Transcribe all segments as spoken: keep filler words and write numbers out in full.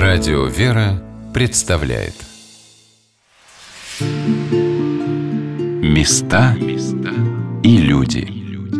Радио «Вера» представляет Места и люди.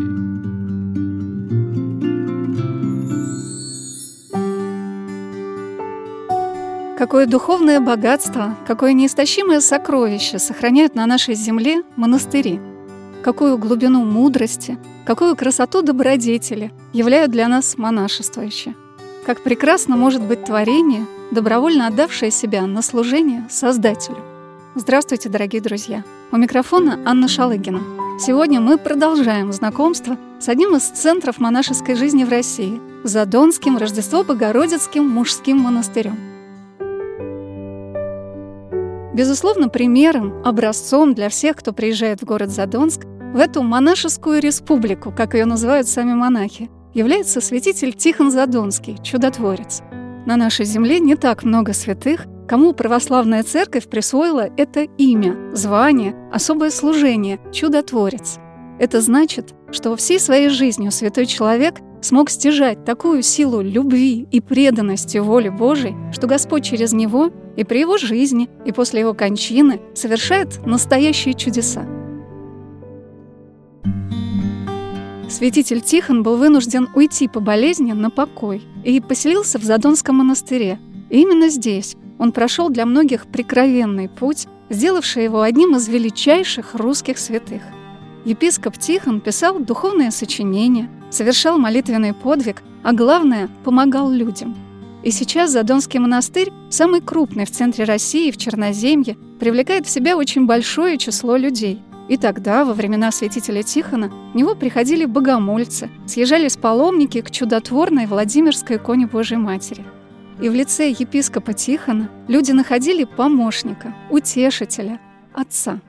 Какое духовное богатство, какое неистощимое сокровище сохраняют на нашей земле монастыри. Какую глубину мудрости, какую красоту добродетели являют для нас монашествующие. Как прекрасно может быть творение, добровольно отдавшее себя на служение Создателю. Здравствуйте, дорогие друзья! У микрофона Анна Шалыгина. Сегодня мы продолжаем знакомство с одним из центров монашеской жизни в России – Задонским Рождество-Богородицким мужским монастырем. Безусловно, примером, образцом для всех, кто приезжает в город Задонск, в эту монашескую республику, как ее называют сами монахи, является святитель Тихон Задонский, чудотворец. На нашей земле не так много святых, кому православная церковь присвоила это имя, звание, особое служение – чудотворец. Это значит, что всей своей жизнью святой человек смог стяжать такую силу любви и преданности воле Божией, что Господь через него и при его жизни, и после его кончины совершает настоящие чудеса. Святитель Тихон был вынужден уйти по болезни на покой и поселился в Задонском монастыре. И именно здесь он прошел для многих прикровенный путь, сделавший его одним из величайших русских святых. Епископ Тихон писал духовные сочинения, совершал молитвенный подвиг, а главное – помогал людям. И сейчас Задонский монастырь, самый крупный в центре России, в Черноземье, привлекает в себя очень большое число людей. И тогда, во времена святителя Тихона, в него приходили богомольцы, съезжались паломники к чудотворной Владимирской иконе Божией Матери. И в лице епископа Тихона люди находили помощника, утешителя, отца.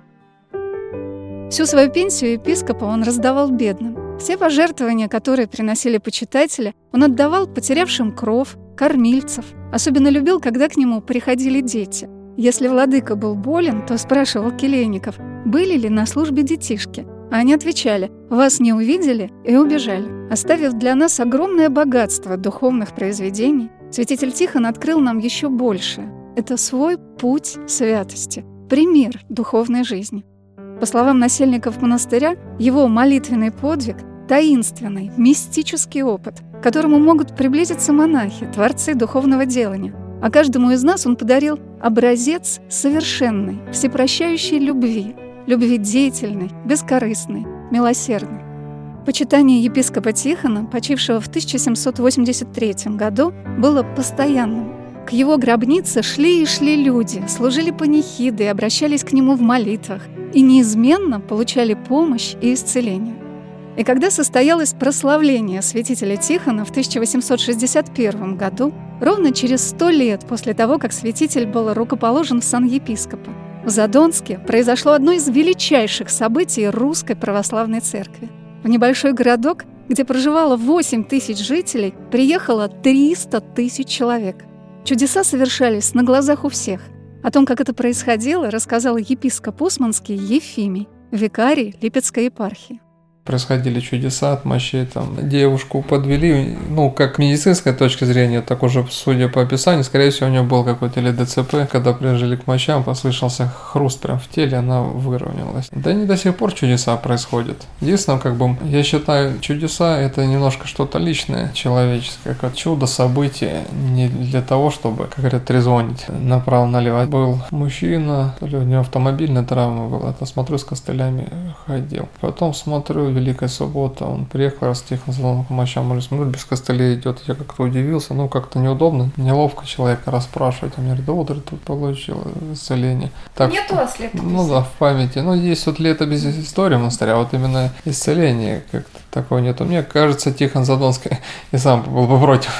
Всю свою пенсию епископа он раздавал бедным. Все пожертвования, которые приносили почитатели, он отдавал потерявшим кров, кормильцев. Особенно любил, когда к нему приходили дети. Если владыка был болен, то спрашивал келейников, были ли на службе детишки. А они отвечали, вас не увидели и убежали. Оставив для нас огромное богатство духовных произведений, святитель Тихон открыл нам еще большее. Это свой путь святости, пример духовной жизни. По словам насельников монастыря, его молитвенный подвиг – таинственный, мистический опыт, к которому могут приблизиться монахи, творцы духовного делания. А каждому из нас он подарил образец совершенной, всепрощающей любви, любви деятельной, бескорыстной, милосердной. Почитание епископа Тихона, почившего в тысяча семьсот восемьдесят третьем году, было постоянным. К его гробнице шли и шли люди, служили панихиды и обращались к нему в молитвах, и неизменно получали помощь и исцеление. И когда состоялось прославление святителя Тихона в тысяча восемьсот шестьдесят первом году, ровно через сто лет после того, как святитель был рукоположен в сан епископа, в Задонске произошло одно из величайших событий русской православной церкви. В небольшой городок, где проживало восемь тысяч жителей, приехало триста тысяч человек. Чудеса совершались на глазах у всех. О том, как это происходило, рассказал епископ Усманский Ефимий, викарий Липецкой епархии. Происходили чудеса от мощей, там девушку подвели, ну, как медицинской точки зрения, так уже, судя по описанию, скорее всего, у нее был какой-то или ДЦП, когда приезжали к мощам, послышался хруст прям в теле, она выровнялась. Да и не до сих пор чудеса происходят. Единственное, как бы, я считаю, чудеса – это немножко что-то личное, человеческое, как чудо, событие, не для того, чтобы, как говорят, трезвонить направо-налево. Был мужчина, то ли у него автомобильная травма была, то смотрю, с костылями ходил. Потом смотрю, Великая суббота, он приехал, раз Тихон Задонский к мощам, молюсь, ну, без костылей идет, я как-то удивился, ну, как-то неудобно, неловко человека расспрашивать, он говорит, да вот тут получил исцеление. Так, Нету вас летописи? Ну да, в памяти, ну, есть вот летопись истории монастыря, вот именно исцеление, как-то такого нету. Мне кажется, Тихон Задонский и сам был бы против.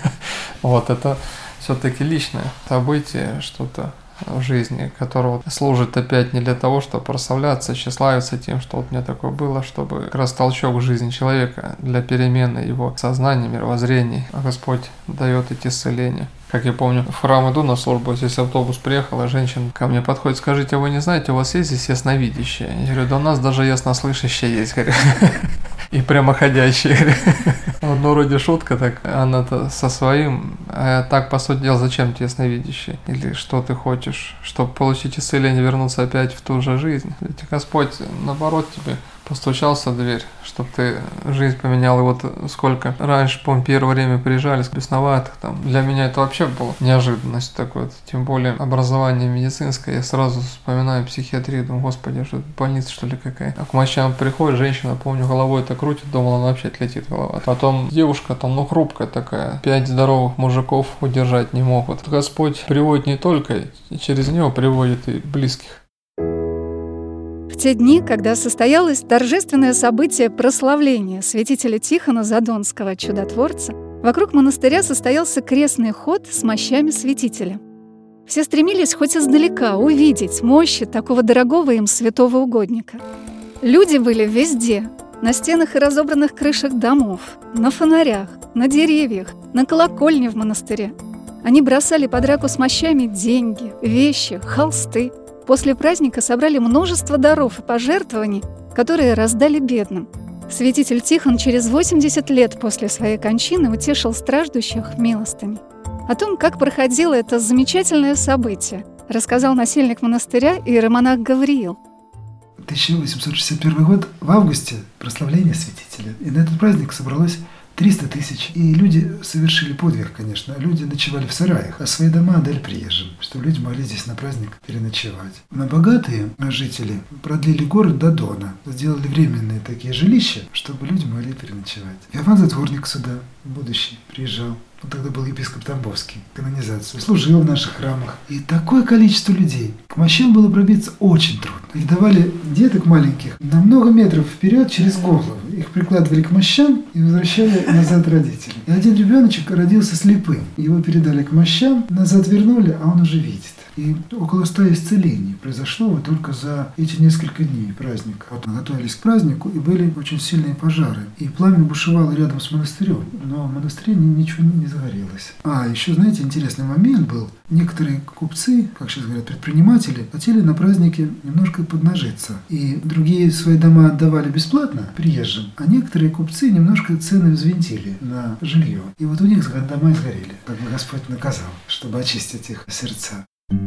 Вот, это все-таки личное событие, что-то в жизни, которого служит опять не для того, чтобы прославляться, тщеславиться тем, что вот мне такое было, чтобы как раз толчок в жизни человека для перемены его сознания, мировоззрений. А Господь дает эти исцеления. Как я помню, в храм иду на службу, здесь автобус приехал, а женщина ко мне подходит, скажите, а вы не знаете, у вас есть здесь ясновидящие? Я говорю, да у нас даже яснослышащие есть, говорю. и прямоходящие. Ну, вроде шутка так, она-то со своим, а так, по сути дела, зачем тебе ясновидящий? Или что ты хочешь, чтобы получить исцеление, вернуться опять в ту же жизнь? Ведь Господь, наоборот, тебе постучался в дверь, чтобы ты жизнь поменял. И вот сколько раньше, помню, первое время приезжали с бесноватых, там, для меня это вообще была неожиданность такой вот. Тем более образование медицинское, я сразу вспоминаю психиатрию, думаю, господи, что это больница, что ли, какая. А к мощам приходит женщина, помню, головой так крутит, думала, она вообще отлетит голова. Потом девушка там, ну, хрупкая такая, пять здоровых мужиков удержать не могут. Господь приводит не только, через него приводит и близких. В те дни, когда состоялось торжественное событие прославления святителя Тихона Задонского, чудотворца, вокруг монастыря состоялся крестный ход с мощами святителя. Все стремились хоть издалека увидеть мощи такого дорогого им святого угодника. Люди были везде – на стенах и разобранных крышах домов, на фонарях, на деревьях, на колокольне в монастыре. Они бросали под раку с мощами деньги, вещи, холсты. После праздника собрали множество даров и пожертвований, которые раздали бедным. Святитель Тихон через восемьдесят лет после своей кончины утешил страждущих милостыней. О том, как проходило это замечательное событие, рассказал насельник монастыря иеромонах Гавриил. тысяча восемьсот шестьдесят первый год, в августе, прославление святителя. И на этот праздник собралось триста тысяч. И люди совершили подвиг, конечно. Люди ночевали в сараях, а свои дома отдали приезжим, чтобы люди могли здесь на праздник переночевать. Но богатые жители продлили город до Дона, сделали временные такие жилища, чтобы люди могли переночевать. Иоанн Затворник сюда, будущий, приезжал. Он тогда был епископ Тамбовский, канонизацию, служил в наших храмах. И такое количество людей. К мощам было пробиться очень трудно. Их давали деток маленьких на много метров вперед через голову. Их прикладывали к мощам и возвращали назад родителям. И один ребеночек родился слепым. Его передали к мощам, назад вернули, а он уже видит. И около ста исцелений произошло вот только за эти несколько дней праздника. Вот мы готовились к празднику, и были очень сильные пожары. И пламя бушевало рядом с монастырем, но в монастыре ничего не загорелось. А еще, знаете, интересный момент был. Некоторые купцы, как сейчас говорят, предприниматели, хотели на празднике немножко поднажиться. И другие свои дома отдавали бесплатно приезжим, а некоторые купцы немножко цены взвинтили на жилье. И вот у них дома сгорели, как бы Господь наказал, чтобы очистить их сердца.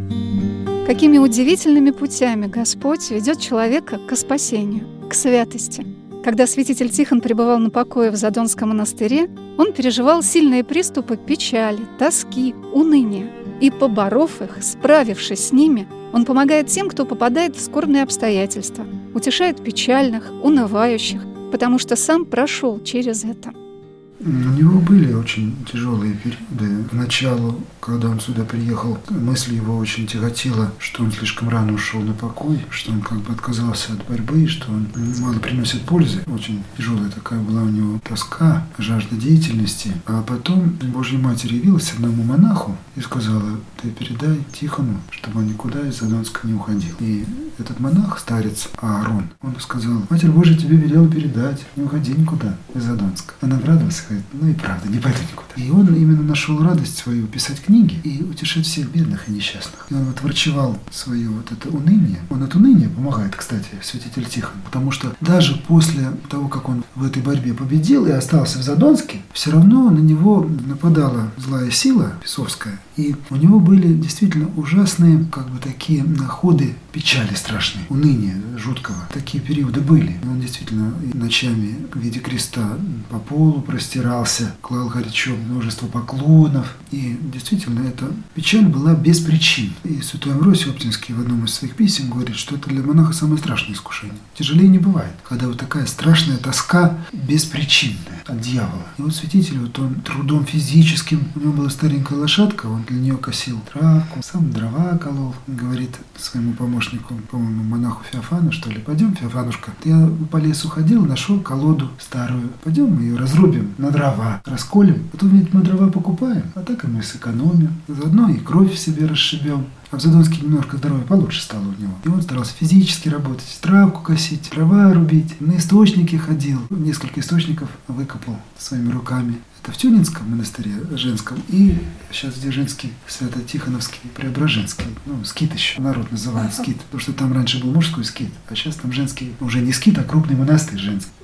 Какими удивительными путями Господь ведет человека к спасению, к святости. Когда святитель Тихон пребывал на покое в Задонском монастыре, он переживал сильные приступы печали, тоски, уныния. И, поборов их, справившись с ними, он помогает тем, кто попадает в скорбные обстоятельства, утешает печальных, унывающих, потому что сам прошел через это. У него были очень тяжелые периоды. Поначалу, когда он сюда приехал, мысль его очень тяготила, что он слишком рано ушел на покой, что он как бы отказался от борьбы, что он мало приносит пользы. Очень тяжелая такая была у него тоска, жажда деятельности. А потом Божья Матерь явилась одному монаху и сказала: ты передай Тихону, чтобы он никуда из Задонска не уходил. И этот монах, старец Аарон, он сказал: Матерь Божия тебе велела передать, не уходи никуда из Задонска. Она обрадовалась, говорит: ну и правда, не пойду никуда. И он именно нашел радость свою писать книги и утешать всех бедных и несчастных. И он вот ворчевал свое вот это уныние. Он от уныния помогает, кстати, святитель Тихон, потому что даже после того, как он в этой борьбе победил и остался в Задонске, все равно на него нападала злая сила бесовская. И у него были действительно ужасные, как бы такие находы печали страшные, уныния жуткого. Такие периоды были. Он действительно ночами в виде креста по полу простирался, клал горячо множество поклонов. И действительно, эта печаль была без причин. И святой Амвросий Оптинский в одном из своих писем говорит, что это для монаха самое страшное искушение. Тяжелее не бывает, когда вот такая страшная тоска беспричинная от дьявола. И вот святитель, вот он трудом физическим, у него была старенькая лошадка, он для нее косил травку, сам дрова колол. Он говорит своему помощнику, по-моему, монаху Феофану, что ли: пойдем, Феофанушка, я по лесу ходил, нашел колоду старую, пойдем мы ее разрубим на дрова, расколем, потом ведь мы дрова покупаем, а так и мы сэкономим, заодно и кровь в себе расшибем. А в Задонске немножко здоровье получше стало у него. И он старался физически работать, травку косить, дрова рубить, на источники ходил, несколько источников выкопал своими руками. Это в Тюнинском монастыре женском и сейчас где женский, Свято-Тихоновский, Преображенский. Ну, скит еще народ называет скит, потому что там раньше был мужской скит, а сейчас там женский, уже не скит, а крупный монастырь женский.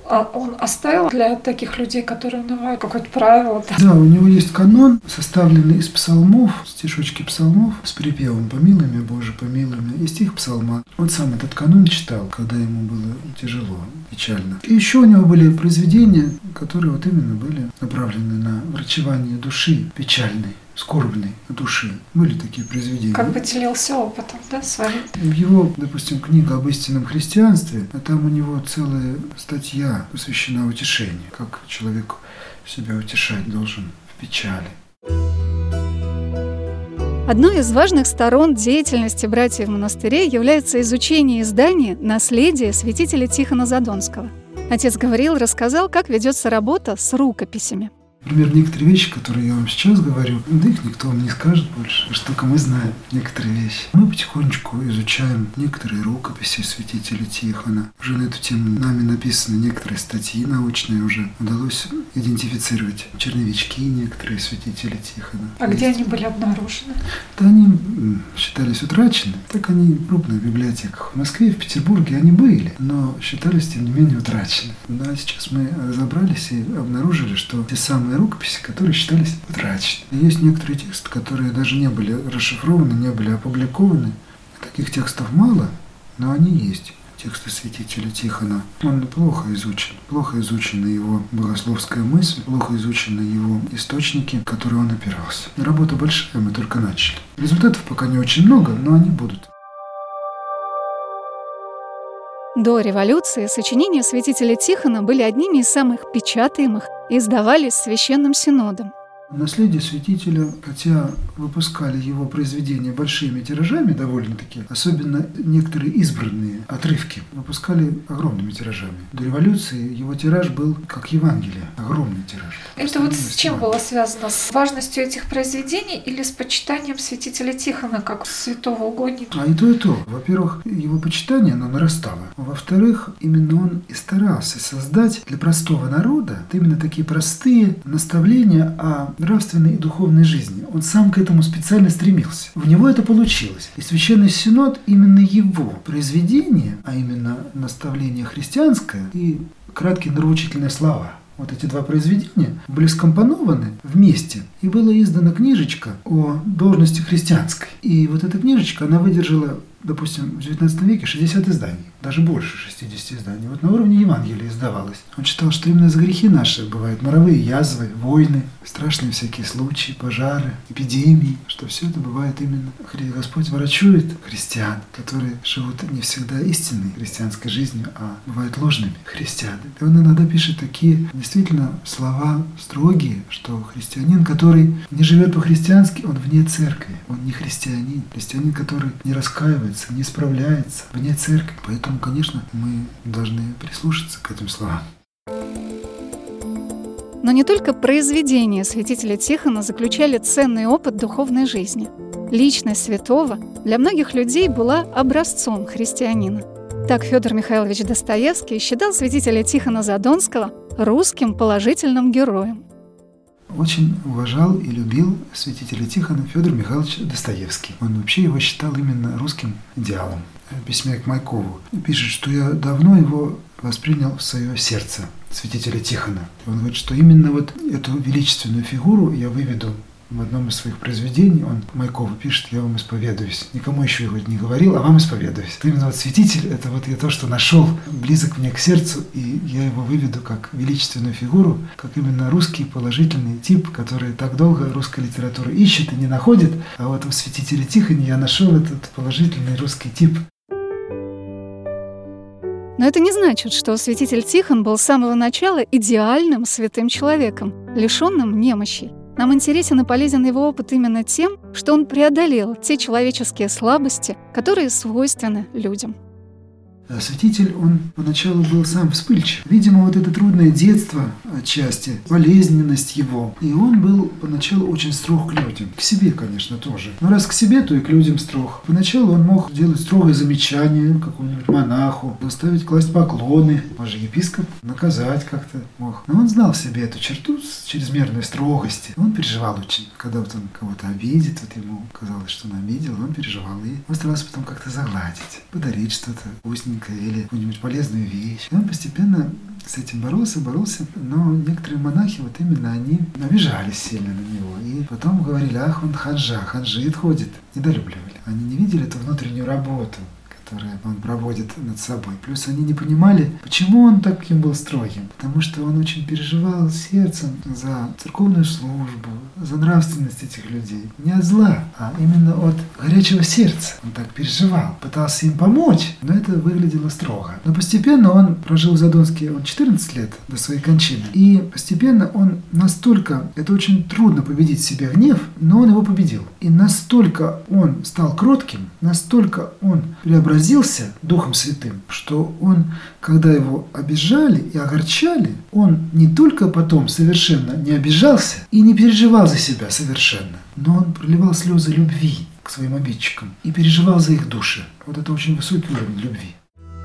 А он оставил для таких людей, которые унывают, какое-то правило? Да, у него есть канон, составленный из псалмов, стишочки псалмов с припевом «Помилуй меня, Боже, помилуй меня», и стих псалма. Он сам этот канон читал, когда ему было тяжело, печально. И еще у него были произведения, которые вот именно были направлены на врачевание души печальной, скорбной души. Были такие произведения. Как бы делился опытом, да, своим? В его, допустим, книга об истинном христианстве, а там у него целая статья посвящена утешению, как человек себя утешать должен в печали. Одной из важных сторон деятельности братьев в монастыре является изучение издания «Наследие» святителя Тихона Задонского. Отец Гавриил рассказал, как ведется работа с рукописями. Например, некоторые вещи, которые я вам сейчас говорю, да их никто вам не скажет больше, потому что только мы знаем некоторые вещи. Мы потихонечку изучаем некоторые рукописи святителя Тихона. Уже на эту тему нами написаны некоторые статьи научные, уже удалось идентифицировать черновички некоторые святителя Тихона. А есть. Где они были обнаружены? Да они считались утрачены, так они в крупных библиотеках. В Москве и в Петербурге они были, но считались, тем не менее, утрачены. Да, сейчас мы разобрались и обнаружили, что те самые рукописи, которые считались утраченными. Есть некоторые тексты, которые даже не были расшифрованы, не были опубликованы. Таких текстов мало, но они есть. Тексты святителя Тихона. Он плохо изучен. Плохо изучена его богословская мысль, плохо изучены его источники, в которые он опирался. Работа большая, мы только начали. Результатов пока не очень много, но они будут. До революции сочинения святителя Тихона были одними из самых печатаемых и издавались Священным Синодом. Наследие святителя, хотя выпускали его произведения большими тиражами довольно-таки, особенно некоторые избранные отрывки, выпускали огромными тиражами. До революции его тираж был как Евангелие, огромный тираж. Это вот с чем было связано? С важностью этих произведений или с почитанием святителя Тихона как святого угодника? А и то, и то. Во-первых, его почитание, оно нарастало. Во-вторых, именно он и старался создать для простого народа именно такие простые наставления о нравственной и духовной жизни. Он сам к этому специально стремился. У него это получилось. И Священный Синод, именно его произведение, а именно наставление христианское и краткие нравоучительные слова, вот эти два произведения были скомпонованы вместе, и была издана книжечка о должности христианской. И вот эта книжечка, она выдержала, допустим, в девятнадцатом веке шестьдесят изданий, даже больше шестьдесят изданий. Вот на уровне Евангелия издавалось. Он считал, что именно за грехи наши бывают моровые язвы, войны, страшные всякие случаи, пожары, эпидемии, что все это бывает именно. Господь врачует христиан, которые живут не всегда истинной христианской жизнью, а бывают ложными христианами. И он иногда пишет такие действительно слова строгие, что христианин, который не живет по-христиански, он вне церкви, он не христианин. Христианин, который не раскаивается, не справляется, вне церкви. Поэтому, конечно, мы должны прислушаться к этим словам. Но не только произведения святителя Тихона заключали ценный опыт духовной жизни. Личность святого для многих людей была образцом христианина. Так Федор Михайлович Достоевский считал святителя Тихона Задонского русским положительным героем. Очень уважал и любил святителя Тихона Федор Михайлович Достоевский. Он вообще его считал именно русским идеалом. В письме к Майкову пишет, что я давно его воспринял в свое сердце, святителя Тихона. Он говорит, что именно вот эту величественную фигуру я выведу в одном из своих произведений. Он Майкову пишет: я вам исповедуюсь. Никому еще его не говорил, а вам исповедуюсь. Именно вот святитель, это вот я то, что нашел, близок мне к сердцу, и я его выведу как величественную фигуру, как именно русский положительный тип, который так долго русская литература ищет и не находит. А вот в святителе Тихоне я нашел этот положительный русский тип. Но это не значит, что святитель Тихон был с самого начала идеальным святым человеком, лишенным немощей. Нам интересен и полезен его опыт именно тем, что он преодолел те человеческие слабости, которые свойственны людям. Святитель, он поначалу был сам вспыльчив. Видимо, вот это трудное детство отчасти, болезненность его. И он был поначалу очень строг к людям. К себе, конечно, тоже. Но раз к себе, то и к людям строг. Поначалу он мог делать строгое замечание какому-нибудь монаху, заставить класть поклоны. Может, епископ наказать как-то мог. Но он знал в себе эту черту с чрезмерной строгости. Он переживал очень. Когда вот он кого-то обидит, вот ему казалось, что он обидел, он переживал. И он старался потом как-то загладить, подарить что-то вкусненькое. маленькое или какую-нибудь полезную вещь. И он постепенно с этим боролся, боролся, но некоторые монахи, вот именно они обижались сильно на него. И потом говорили: ах, он ханжа, ханжит ходит. Недолюбливали. Они не видели эту внутреннюю работу, которую он проводит над собой. Плюс они не понимали, почему он таким был строгим. Потому что он очень переживал сердцем за церковную службу, за нравственность этих людей. Не от зла, а именно от горячего сердца. Он так переживал, пытался им помочь, но это выглядело строго. Но постепенно он прожил в Задонске он четырнадцать лет до своей кончины. И постепенно он настолько, это очень трудно победить в себе гнев, но он его победил. И настолько он стал кротким, настолько он преобразился Духом Святым, что он, когда его обижали и огорчали, он не только потом совершенно не обижался и не переживал за себя совершенно, но он проливал слезы любви к своим обидчикам и переживал за их души. Вот это очень высокий уровень любви.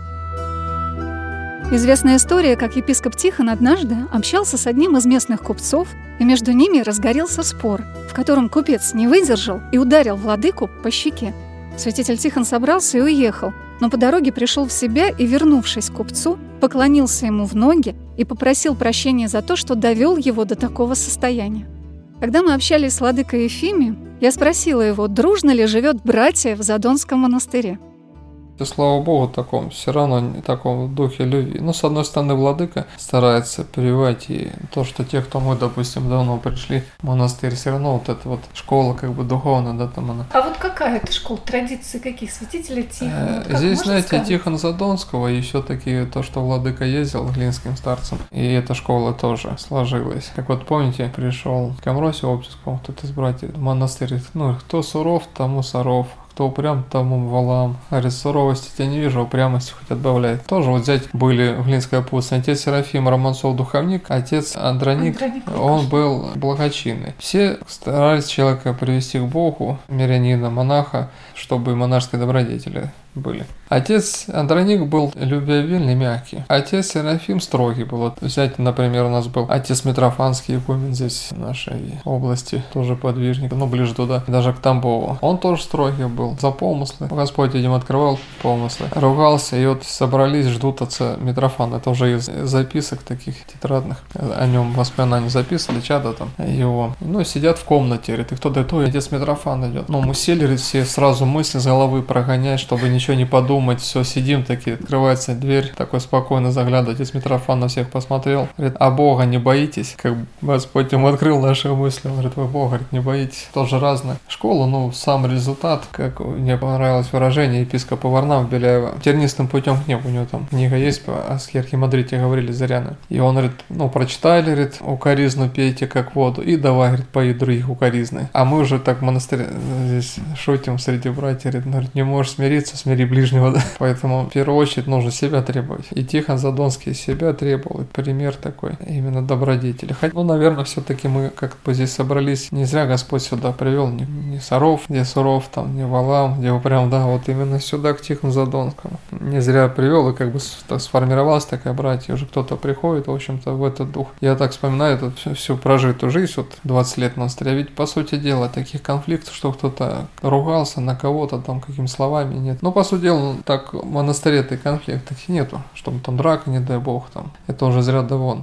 Известная история, как епископ Тихон однажды общался с одним из местных купцов, и между ними разгорелся спор, в котором купец не выдержал и ударил владыку по щеке. Святитель Тихон собрался и уехал, но по дороге пришел в себя и, вернувшись к купцу, поклонился ему в ноги и попросил прощения за то, что довел его до такого состояния. Когда мы общались с владыкой Ефимием, я спросила его, дружно ли живет братья в Задонском монастыре. И слава Богу, таком, все равно не таком духе любви. Ну, с одной стороны, владыка старается прививать, и то, что те, кто мы, допустим, давно пришли в монастырь, все равно вот эта вот школа как бы духовная, да, там она. А вот какая это школа? Традиции каких святителей Тихона? Вот здесь, знаете, сказать? Тихон Задонского, и еще такие, то, что владыка ездил глинским старцем, и эта школа тоже сложилась. Как вот помните, пришел к Амвросию Оптинскому, кто-то из братьев, в монастырь, ну, кто суров, тому соров. Кто упрям, тому валам. Говорит, суровости я не вижу, упрямости хоть отбавляет. Тоже вот взять были в Глинской опустыне. Отец Серафим Романцов духовник, отец Андроник, Андроник он был благочинный. Все старались человека привести к Богу, мирянина, монаха, чтобы монашеские добродетели были. Отец Андроник был любвеобильный, мягкий. Отец Серафим строгий был. Вот взять, например, у нас был отец Митрофанский игумен здесь, в нашей области, тоже подвижник, но ближе туда, даже к Тамбову. Он тоже строгий был, за помыслы. Господь, видимо, открывал помыслы. Ругался, и вот собрались, ждут отца Митрофана. Это уже из записок таких тетрадных. О нем воспоминания записывали, чада там его. Ну, сидят в комнате, говорит, и кто дает, ой, отец Митрофан идет. Ну, мы сели, говорит, все сразу мысли с головы прогонять, чтобы ничего не подумать, все, сидим такие, открывается дверь, такой спокойно заглядывает, отец Митрофан на всех посмотрел, говорит, а Бога не боитесь? Как Господь ему открыл наши мысли, он говорит, вы Бога, говорит, не боитесь? Тоже разное. Школа, ну, сам результат, как мне понравилось выражение епископа Варнава Беляева, тернистым путем к небу, у него там книга есть, о архимандрите говорили Заряны. И он говорит, ну, прочитали, говорит, укоризну пейте как воду, и давай, говорит, пои других укоризны. А мы уже так в монастыре здесь шутим среди братьев, говорит, не можешь смириться, смири ближнего, да? Поэтому в первую очередь нужно себя требовать. И Тихон Задонский себя требовал, и пример такой, именно добродетели. Хотя, ну, наверное, все-таки мы как-то здесь собрались, не зря Господь сюда привел, не, не Саров, где Суров, там, не Валам, где прям, да, вот именно сюда, к Тихону Задонскому. Не зря привел, и как бы так сформировалась такая братья, уже кто-то приходит, в общем-то, в этот дух. Я так вспоминаю эту всю, всю прожитую жизнь, вот двадцать лет в монастыре, ведь, по сути дела, таких конфликтов, что кто-то ругался на кого-то, там, какими словами, нет. Ну, по сути дела, так в монастыре-то и конфликтов нету, чтобы там драка, не дай бог, там. Это уже зря да вон.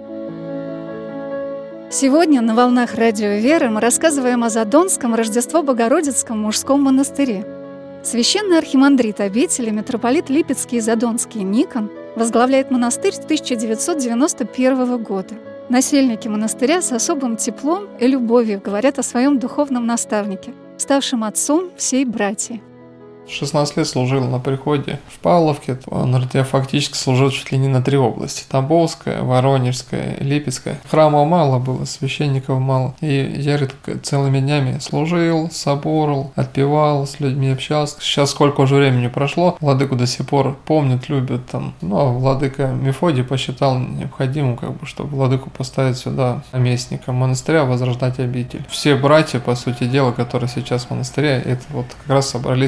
Сегодня на волнах радио «Вера» мы рассказываем о Задонском Рождество-Богородицком мужском монастыре. Священный архимандрит обители, митрополит Липецкий и Задонский Никон возглавляет монастырь с тысяча девятьсот девяносто первого года. Насельники монастыря с особым теплом и любовью говорят о своем духовном наставнике, ставшем отцом всей братьи. шестнадцать лет служил на приходе в Павловке. Он, говорит, я фактически служил чуть ли не на три области. Тамбовская, Воронежская, Липецкая. Храмов мало было, священников мало. И я, говорит, целыми днями служил, соборил, отпевал, с людьми общался. Сейчас сколько уже времени прошло, владыку до сих пор помнят, любят там. Ну, а владыка Мефодий посчитал необходимым, как бы, чтобы владыку поставить сюда наместника монастыря, возрождать обитель. Все братья, по сути дела, которые сейчас в монастыре, это вот как раз собрались вокруг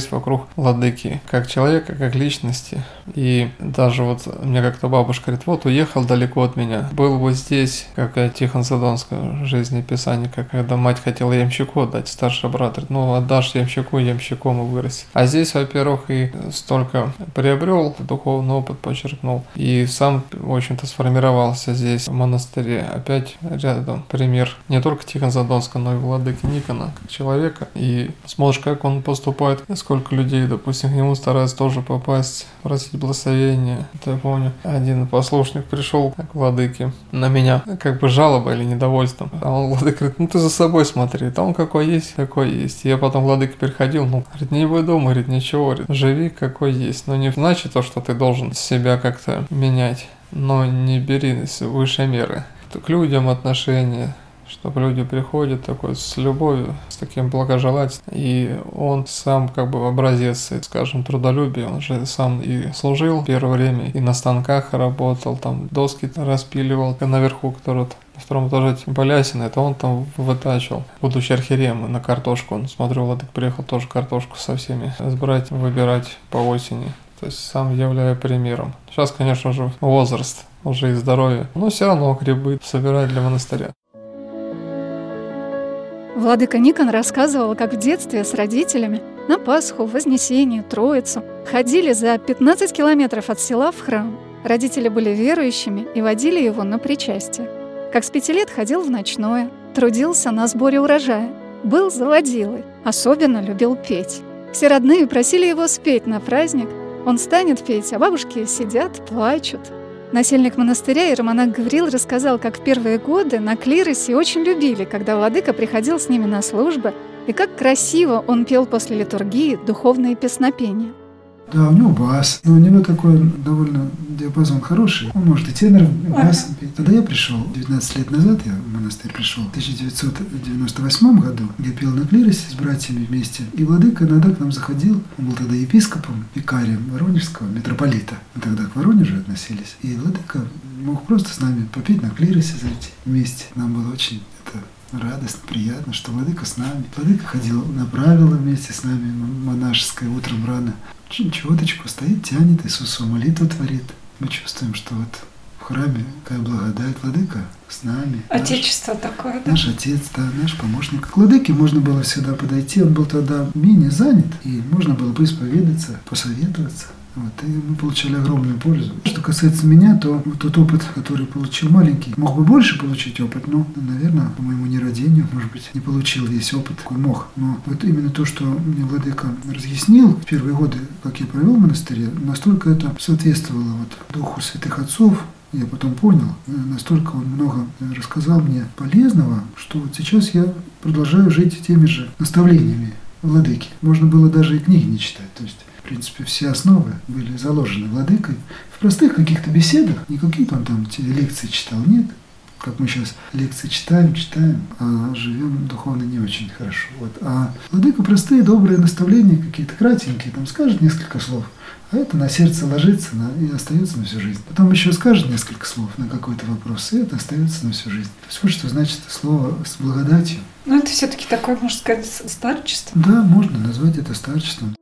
вокруг владыки, как человека, как личности. И даже вот мне как-то бабушка говорит, вот уехал далеко от меня, был вот здесь, как Тихон Задонский в жизнеписании, как когда мать хотела ямщику отдать, старший брат говорит, ну отдашь ямщику, ямщиком и вырастет. А здесь, во-первых, и столько приобрел, духовный опыт подчеркнул, и сам, в общем-то, сформировался здесь, в монастыре. Опять рядом пример не только Тихона Задонского, но и владыки Никона, как человека. И смотришь, как он поступает, сколько людей, допустим, к нему стараются тоже попасть, просить благословения. Это я помню, один послушник пришел к владыке на меня, как бы жалоба или недовольством. А он, владыка, говорит, ну ты за собой смотри, там какой есть, такой есть. И я потом владыке переходил, ну, говорит, не будь дома, говорит, ничего, говорит, живи какой есть. Но не значит то, что ты должен себя как-то менять, но не бери выше меры. К людям отношения, чтобы люди приходят такой с любовью, с таким благожелательством. И он сам как бы образец, скажем, трудолюбия. Он же сам и служил в первое время, и на станках работал, там доски распиливал наверху, которые на втором этаже балясины, это он там вытачивал. Будучи архиереем, на картошку, он, смотрю, владык приехал тоже картошку со всеми сбрать, выбирать по осени. То есть сам являю примером. Сейчас, конечно же, возраст, уже и здоровье, но все равно грибы собирать для монастыря. Владыка Никон рассказывал, как в детстве с родителями на Пасху, Вознесение, Троицу ходили за пятнадцать километров от села в храм. Родители были верующими и водили его на причастие. Как с пяти лет ходил в ночное, трудился на сборе урожая, был заводилой, особенно любил петь. Все родные просили его спеть на праздник. Он станет петь, а бабушки сидят, плачут. Насельник монастыря иеромонах Гавриил рассказал, как в первые годы на клиросе очень любили, когда владыка приходил с ними на службы, и как красиво он пел после литургии духовные песнопения. Да, у него бас, но у него такой довольно диапазон хороший. Он может и тенором, и басом петь. Когда я пришел, девятнадцать лет назад, я в монастырь пришел, в тысяча девятьсот девяносто восьмом году, я пел на клиросе с братьями вместе. И владыка иногда к нам заходил, он был тогда епископом, викарием Воронежского митрополита. Мы тогда к Воронежу относились. И владыка мог просто с нами попеть на клиросе, зайти вместе. Нам было очень это радостно, приятно, что владыка с нами. Владыка ходил на правила вместе с нами, монашеское, утром рано. Чего-точку стоит, тянет, Иисусу молитву творит. Мы чувствуем, что вот в храме какая благодать, владыка с нами. Отечество наш, такое, да? Наш отец, да, наш помощник. К владыке можно было всегда подойти, он был тогда менее занят, и можно было бы исповедаться, посоветоваться. Вот, и мы получали огромную пользу. Что касается меня, то вот тот опыт, который получил маленький, мог бы больше получить опыт, но, наверное, по моему нерадению, может быть, не получил весь опыт, какой мог. Но вот именно то, что мне владыка разъяснил в первые годы, как я провел в монастыре, настолько это соответствовало вот духу святых отцов. Я потом понял, настолько он много рассказал мне полезного, что вот сейчас я продолжаю жить теми же наставлениями владыки. Можно было даже и книги не читать. То есть, в принципе, все основы были заложены владыкой. В простых каких-то беседах, не какие-то он там лекции читал, нет. Как мы сейчас лекции читаем, читаем, а живем духовно не очень хорошо. Вот. А владыка простые, добрые наставления, какие-то кратенькие, там скажет несколько слов, а это на сердце ложится на, и остается на всю жизнь. Потом еще скажет несколько слов на какой-то вопрос, и это остается на всю жизнь. То есть вот что значит слово с благодатью. Ну это все-таки такое, можно сказать, старчество. Да, можно назвать это старчеством.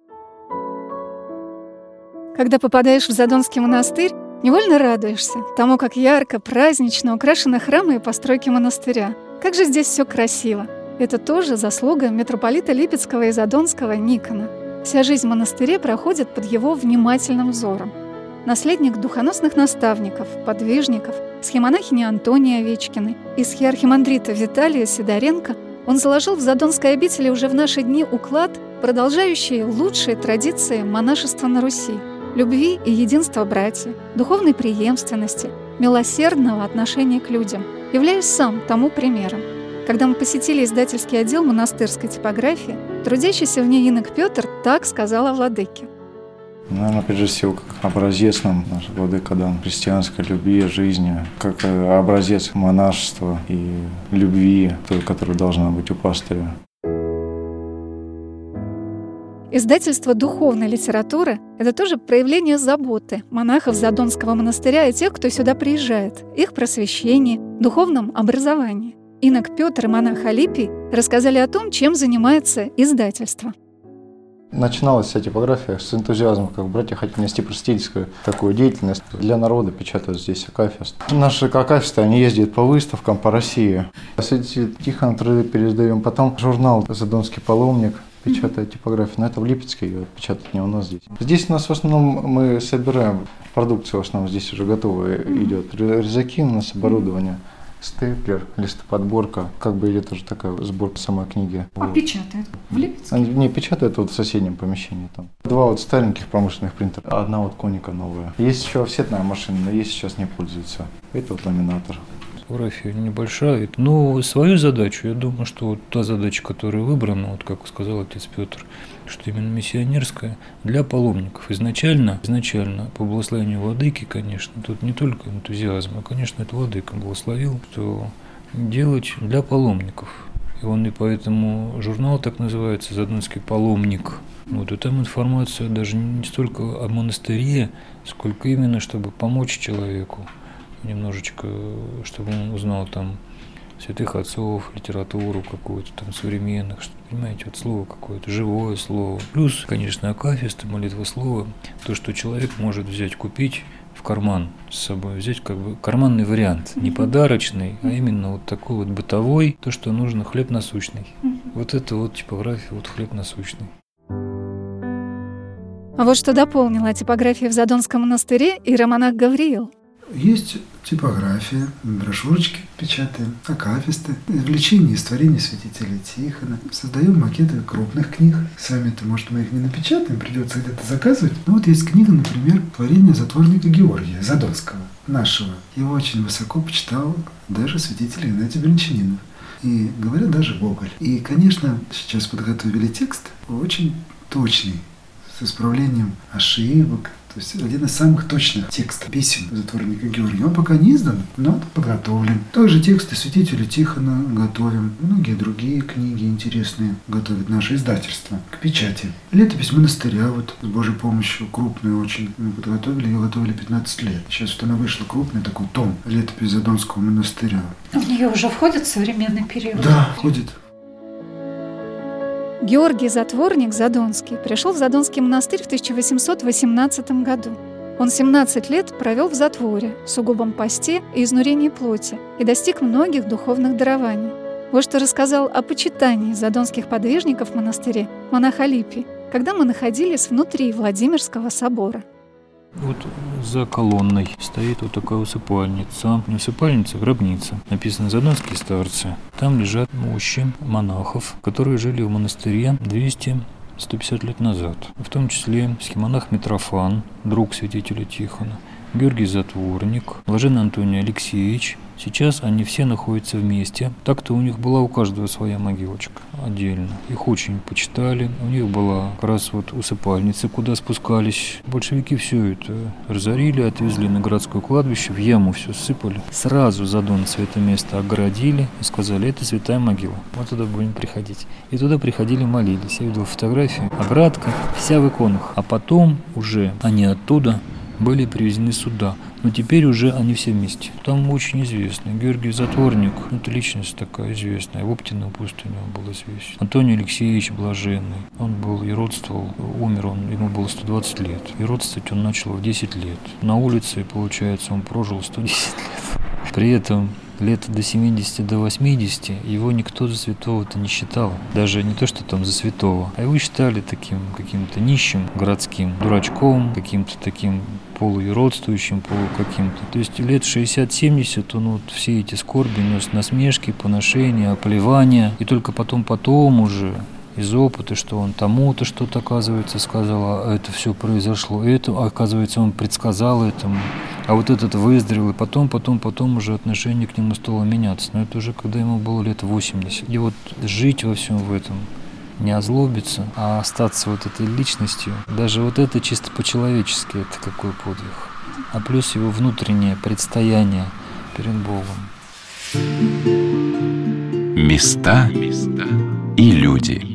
Когда попадаешь в Задонский монастырь, невольно радуешься тому, как ярко, празднично украшены храмы и постройки монастыря. Как же здесь все красиво. Это тоже заслуга митрополита Липецкого и Задонского Никона. Вся жизнь в монастыре проходит под его внимательным взором. Наследник духоносных наставников, подвижников, схемонахини Антонии Овечкиной и схиархимандрита Виталия Сидоренко, он заложил в Задонской обители уже в наши дни уклад, продолжающий лучшие традиции монашества на Руси. Любви и единства братьев, духовной преемственности, милосердного отношения к людям, являясь сам тому примером. Когда мы посетили издательский отдел монастырской типографии, трудящийся в ней инок Петр так сказал о владыке. Наверное, прежде всего, как образец нам наш владыка дан христианской любви, жизни, как образец монашества и любви, той, которая должна быть у пастыря. Издательство духовной литературы – это тоже проявление заботы монахов Задонского монастыря и тех, кто сюда приезжает, их просвещении, духовном образовании. Инок Петр и монах Алипий рассказали о том, чем занимается издательство. Начиналась вся типография с энтузиазмом, как братья хотели нести просветительскую такую деятельность. Для народа печатают здесь акафист. Наши акафисты, они ездят по выставкам по России. Святитель Тихон труды пересдаем. Потом журнал «Задонский паломник» печатает типографию. Но это в Липецке, ее печатать не у нас здесь. Здесь у нас в основном мы собираем продукцию, в основном здесь уже готовая идет. Резаки у нас, оборудование. Степлер, листоподборка, как бы идет уже такая сборка самой книги. А вот. печатают в Липецке? Они не печатают вот в соседнем помещении там. Два вот стареньких промышленных принтера, одна вот коника новая. Есть еще офсетная машина, но есть сейчас не пользуется. Это вот ламинатор. Фотография небольшая, но свою задачу, я думаю, что вот та задача, которая выбрана, вот как сказал отец Петр, что именно миссионерская для паломников. Изначально, изначально по благословению владыки, конечно, тут не только энтузиазм, а, конечно, это владыка благословил, что делать для паломников. И он и поэтому журнал так называется «Задонский паломник». Вот, и там информация даже не столько о монастыре, сколько именно, чтобы помочь человеку. Немножечко, чтобы он узнал там святых отцов, литературу какую-то там современных, что, понимаете, вот слово какое-то, живое слово. Плюс, конечно, акафисты, молитва слова, то, что человек может взять, купить в карман с собой, взять как бы карманный вариант, не подарочный, а именно вот такой вот бытовой, то, что нужно, хлеб насущный. Вот это вот типография, вот хлеб насущный. А вот что дополнила типография в Задонском монастыре иеромонах Гавриил. Есть типография, брошюрочки печатаем, акафисты, извлечения из творений святителя Тихона. Создаем макеты крупных книг. Сами-то, может, мы их не напечатаем, придется где-то заказывать. Но вот есть книга, например, «Творение затворника Георгия Задонского», нашего. Его очень высоко почитал даже святитель Игнатий Брянчанинов. И, говорят, даже Гоголь. И, конечно, сейчас подготовили текст очень точный, с исправлением ошибок. То есть один из самых точных текстов писем затворника Георгия. Он пока не издан, но подготовлен. Также тексты святителя Тихона готовим. Многие другие книги интересные готовит наше издательство к печати. Летопись монастыря, вот с Божьей помощью, крупную очень мы подготовили. Ее готовили пятнадцать лет. Сейчас вот она вышла, крупный такой том «Летопись Задонского монастыря». В нее уже входит современный период? Да, входит. Георгий Затворник Задонский пришел в Задонский монастырь в тысяча восемьсот восемнадцатом году. Он семнадцать лет провел в затворе, в сугубом посте и изнурении плоти и достиг многих духовных дарований. Вот что рассказал о почитании задонских подвижников в монастыре монах Алипий, когда мы находились внутри Владимирского собора. Вот за колонной стоит вот такая усыпальница. Не усыпальница, гробница. Написано «Задонские старцы». Там лежат мощи монахов, которые жили в монастыре двести - сто пятьдесят лет назад. В том числе схимонах Митрофан, друг святителя Тихона, Георгий Затворник, блаженный Антоний Алексеевич. Сейчас они все находятся вместе. Так-то у них была у каждого своя могилочка отдельно. Их очень почитали. У них была как раз вот усыпальница, куда спускались. Большевики все это разорили, отвезли на городское кладбище, в яму все сыпали. Сразу задонцы это место огородили и сказали, это святая могила. Вот туда будем приходить. И туда приходили, молились. Я видел фотографии. Оградка вся в иконах. А потом уже они оттуда были привезены сюда. Но теперь уже они все вместе. Там очень известный Георгий Затворник, это личность такая известная, в Оптиной пустыне он был известен. Антоний Алексеевич Блаженный, он был и родствовал, умер он, ему было сто двадцать лет. И родствовать он начал в десять лет. На улице, получается, он прожил сто десять лет. При этом лет до семидесяти, до восьмидесяти его никто за святого-то не считал. Даже не то, что там за святого, а его считали таким каким-то нищим, городским, дурачком, каким-то таким полуиродствующим, полу каким-то. То есть лет шестьдесят-семьдесят он вот все эти скорби нес, насмешки, поношения, оплевания. И только потом-потом уже из опыта, что он тому-то что-то, оказывается, сказал, а это все произошло, это, оказывается, он предсказал этому, а вот этот выздоровел, и потом, потом, потом уже отношение к нему стало меняться. Но это уже когда ему было лет восемьдесят. И вот жить во всем в этом, не озлобиться, а остаться вот этой личностью, даже вот это чисто по-человечески, это какой подвиг. А плюс его внутреннее предстояние перед Богом. Места и люди.